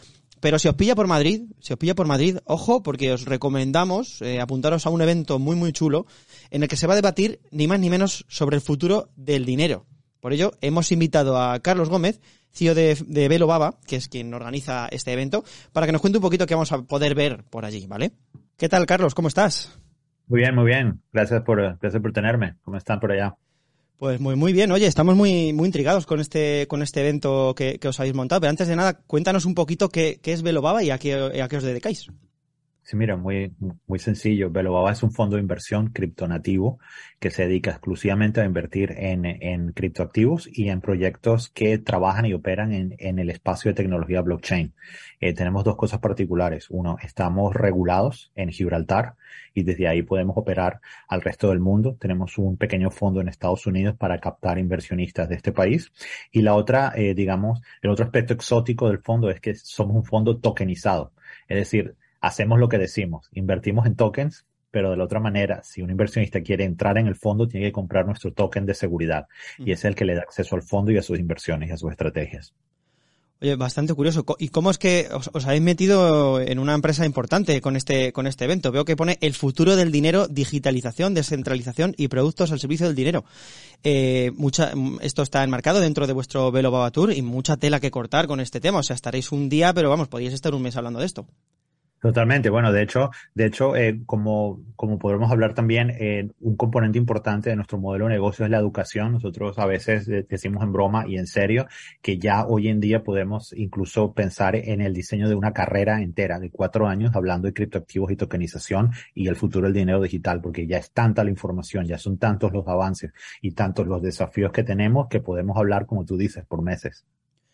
Pero si os pilla por Madrid, si os pilla por Madrid, ojo, porque os recomendamos eh, apuntaros a un evento muy muy chulo en el que se va a debatir ni más ni menos sobre el futuro del dinero. Por ello, hemos invitado a Carlos Gómez, C E O de, de Velo Baba, que es quien organiza este evento, para que nos cuente un poquito qué vamos a poder ver por allí, ¿vale? ¿Qué tal, Carlos? ¿Cómo estás? Muy bien, muy bien. Gracias por, gracias por tenerme. ¿Cómo están por allá? Pues muy muy bien. Oye, estamos muy muy intrigados con este con este evento que, que os habéis montado. Pero antes de nada, cuéntanos un poquito qué, qué es Velo Baba y a qué, a qué os dedicáis. Sí, mira, muy, muy sencillo. Velo Baba es un fondo de inversión criptonativo que se dedica exclusivamente a invertir en, en criptoactivos y en proyectos que trabajan y operan en, en el espacio de tecnología blockchain. Eh, tenemos dos cosas particulares. Uno, estamos regulados en Gibraltar y desde ahí podemos operar al resto del mundo. Tenemos un pequeño fondo en Estados Unidos para captar inversionistas de este país. Y la otra, eh, digamos, el otro aspecto exótico del fondo es que somos un fondo tokenizado. Es decir, hacemos lo que decimos, invertimos en tokens, pero de la otra manera, si un inversionista quiere entrar en el fondo, tiene que comprar nuestro token de seguridad. Y ese es el que le da acceso al fondo y a sus inversiones y a sus estrategias. Oye, bastante curioso. ¿Y cómo es que os, os habéis metido en una empresa importante con este con este evento? Veo que pone el futuro del dinero, digitalización, descentralización y productos al servicio del dinero. Eh, mucha, esto está enmarcado dentro de vuestro Velo Baba Tour y mucha tela que cortar con este tema. O sea, estaréis un día, pero vamos, podríais estar un mes hablando de esto. Totalmente. Bueno, de hecho, de hecho, eh, como, como podremos hablar también, eh, un componente importante de nuestro modelo de negocio es la educación. Nosotros a veces decimos en broma y en serio que ya hoy en día podemos incluso pensar en el diseño de una carrera entera de cuatro años hablando de criptoactivos y tokenización y el futuro del dinero digital, porque ya es tanta la información, ya son tantos los avances y tantos los desafíos que tenemos que podemos hablar, como tú dices, por meses.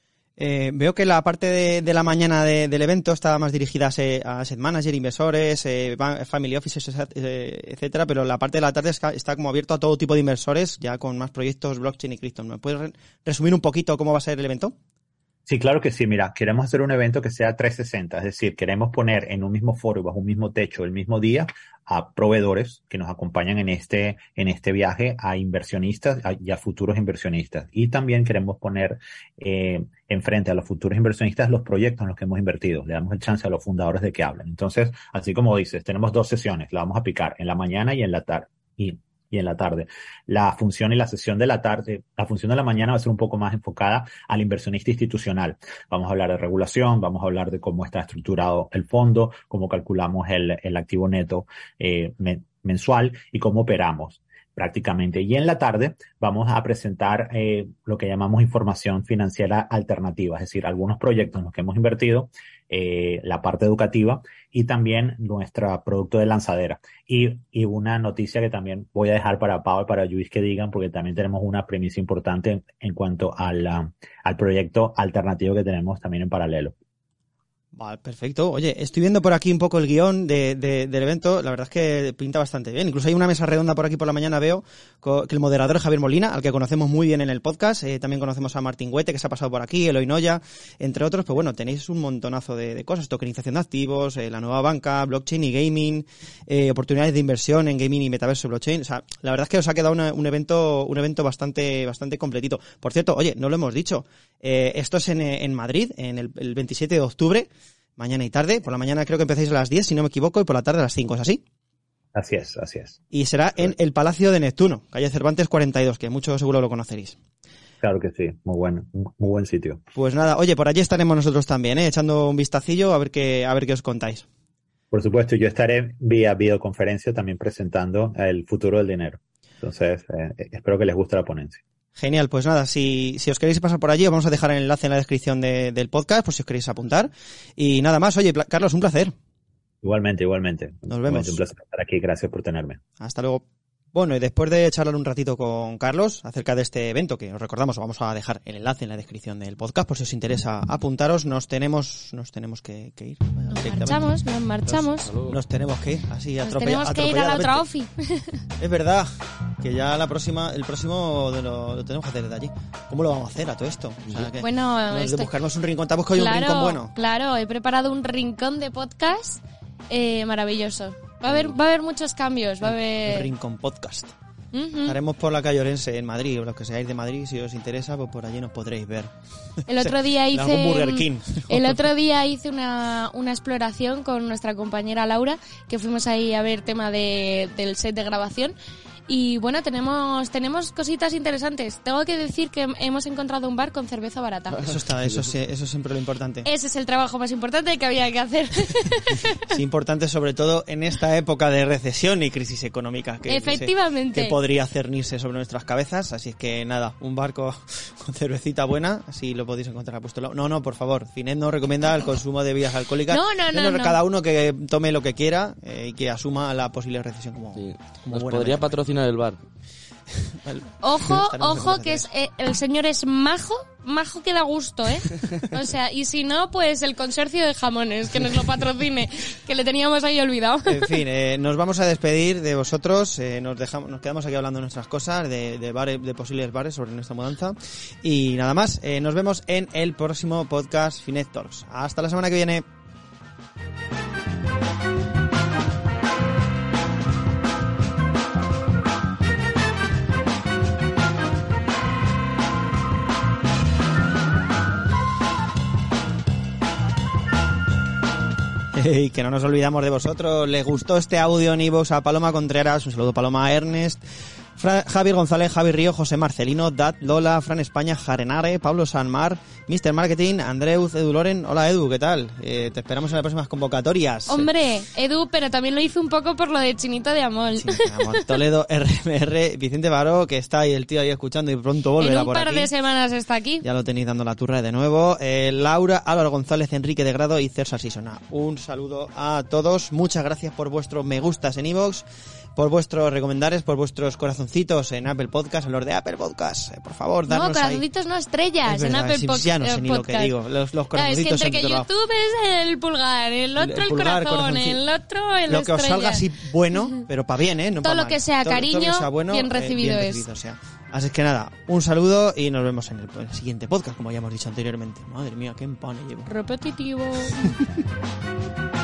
Eh, veo que la parte de, de la mañana de, del evento está más dirigida a, se, a asset manager, inversores, eh, family offices, etcétera, pero la parte de la tarde está, está como abierto a todo tipo de inversores, ya con más proyectos blockchain y cripto. ¿Me puedes resumir un poquito cómo va a ser el evento? Sí, claro que sí. Mira, queremos hacer un evento que sea trescientos sesenta, es decir, queremos poner en un mismo foro y bajo un mismo techo el mismo día a proveedores que nos acompañan en este, en este viaje, a inversionistas a, y a futuros inversionistas. Y también queremos poner eh, enfrente a los futuros inversionistas los proyectos en los que hemos invertido. Le damos el chance a los fundadores de que hablen. Entonces, así como dices, tenemos dos sesiones. La vamos a picar en la mañana y en la tarde. Y y en la tarde. La función y la sesión de la tarde, la función de la mañana va a ser un poco más enfocada al inversionista institucional. Vamos a hablar de regulación, vamos a hablar de cómo está estructurado el fondo, cómo calculamos el, el activo neto eh, mensual y cómo operamos prácticamente. Y en la tarde vamos a presentar eh, lo que llamamos información financiera alternativa, es decir, algunos proyectos en los que hemos invertido, eh, la parte educativa y también nuestro producto de lanzadera. Y, y una noticia que también voy a dejar para Pau y para Luis que digan, porque también tenemos una premisa importante en, en cuanto a la, al proyecto alternativo que tenemos también en paralelo. Vale, perfecto. Oye, estoy viendo por aquí un poco el guión de, de, del evento. La verdad es que pinta bastante bien. Incluso hay una mesa redonda por aquí por la mañana. Veo que el moderador es Javier Molina, al que conocemos muy bien en el podcast. Eh, también conocemos a Martín Huete, que se ha pasado por aquí, Eloy Noya, entre otros. Pues bueno, tenéis un montonazo de, de cosas. Tokenización de activos, eh, la nueva banca, blockchain y gaming, eh, oportunidades de inversión en gaming y metaverso blockchain. O sea, la verdad es que os ha quedado una, un evento un evento bastante bastante completito. Por cierto, oye, no lo hemos dicho. Eh, esto es en, en Madrid, en el, el veintisiete de octubre. Mañana y tarde. Por la mañana creo que empezáis a las diez, si no me equivoco, y por la tarde a las cinco, ¿es así? Así es, así es. Y será en el Palacio de Neptuno, calle Cervantes cuarenta y dos, que muchos seguro lo conoceréis. Claro que sí, muy bueno, muy buen sitio. Pues nada, oye, por allí estaremos nosotros también, ¿eh? Echando un vistacillo a ver qué, a ver qué os contáis. Por supuesto, yo estaré vía videoconferencia también presentando el futuro del dinero. Entonces, eh, espero que les guste la ponencia. Genial, pues nada, si, si os queréis pasar por allí, os vamos a dejar el enlace en la descripción de, del podcast, por si os queréis apuntar. Y nada más, oye, Carlos, un placer. Igualmente, igualmente. Nos vemos. Un placer estar aquí, gracias por tenerme. Hasta luego. Bueno, y después de charlar un ratito con Carlos acerca de este evento, que os recordamos, os vamos a dejar el enlace en la descripción del podcast, por si os interesa apuntaros, nos tenemos nos tenemos que, que ir. Nos marchamos, nos marchamos. Nos, nos tenemos que ir, así Nos tenemos que ir a la otra ofi. Es verdad, que ya la próxima, el próximo lo, lo tenemos que hacer desde allí. ¿Cómo lo vamos a hacer a todo esto? O sea, que bueno, estoy... de buscarnos un rincón, te has buscado claro, un rincón bueno. Claro, he preparado un rincón de podcast eh, maravilloso. Va a haber, va a haber muchos cambios, va a haber... El Rincón Podcast. Uh-huh. Estaremos por la calle Orense en Madrid, o los que seáis de Madrid, si os interesa, pues por allí nos podréis ver. El otro día En algún hice Burger King. el otro día hice una, una exploración con nuestra compañera Laura, que fuimos ahí a ver tema de, del set de grabación. Y bueno, tenemos tenemos cositas interesantes. Tengo que decir que hemos encontrado un bar con cerveza barata. Eso está, eso sí, eso es siempre lo importante. Ese es el trabajo más importante que había que hacer. Es importante sobre todo en esta época de recesión y crisis económica que, Efectivamente. que, se, que podría cernirse sobre nuestras cabezas. Así es que nada, un barco con cervecita buena, así lo podéis encontrar a vuestro lado. No, no, por favor, Finet no recomienda el consumo de bebidas alcohólicas. No, no, no, no. Cada uno que tome lo que quiera eh, y que asuma la posible recesión como, sí. como Nos buena podría manera. patrocinar el bar. Ojo, Estaremos en ojo, que es eh, el señor es majo, majo que da gusto, ¿eh? O sea, y si no, pues el consorcio de jamones, que nos lo patrocine, que le teníamos ahí olvidado. En fin, eh, nos vamos a despedir de vosotros, eh, nos dejamos, nos quedamos aquí hablando de nuestras cosas, de, de, bares, de posibles bares sobre nuestra mudanza y nada más, eh, nos vemos en el próximo podcast Finet Talks. Hasta la semana que viene. Y que no nos olvidamos de vosotros. ¿Les gustó este audio en iVoox a Paloma Contreras? Un saludo Paloma, a Ernest, Fra Javier González, Javi Río, José Marcelino, Dat, Lola, Fran España, Jarenare, Pablo Sanmar, mister Marketing, Andreus, Edu Loren. Hola Edu, ¿qué tal? Eh, te esperamos en las próximas convocatorias. Hombre, Edu, pero también lo hizo un poco por lo de Chinito de Amol. Chinito de Amol. Toledo, R M R, Vicente Baró, que está ahí el tío ahí escuchando y pronto volverá por aquí. En un par de semanas está aquí. Ya lo tenéis dando la turra de nuevo. Eh, Laura, Álvaro González, Enrique de Grado y César Sisona. Un saludo a todos. Muchas gracias por vuestros me gustas en iVoox, por vuestros recomendares, por vuestros corazoncitos en Apple Podcast, en los de Apple Podcast. Eh, por favor, darnos No, corazoncitos ahí. No, estrellas Es verdad, en Apple sí, Podcast. Ya no sé ni lo que digo. Los, los corazoncitos es que entre que son YouTube es el pulgar, el otro el, el pulgar, corazón, el otro el Lo que os salga así bueno, pero para bien, ¿eh? No todo pa lo mal. que sea todo, cariño, todo que sea bueno, bien recibido eh, bien es. Recibido, o sea. Así es que nada, un saludo y nos vemos en el, en el siguiente podcast, como ya hemos dicho anteriormente. Madre mía, qué empane llevo. Repetitivo.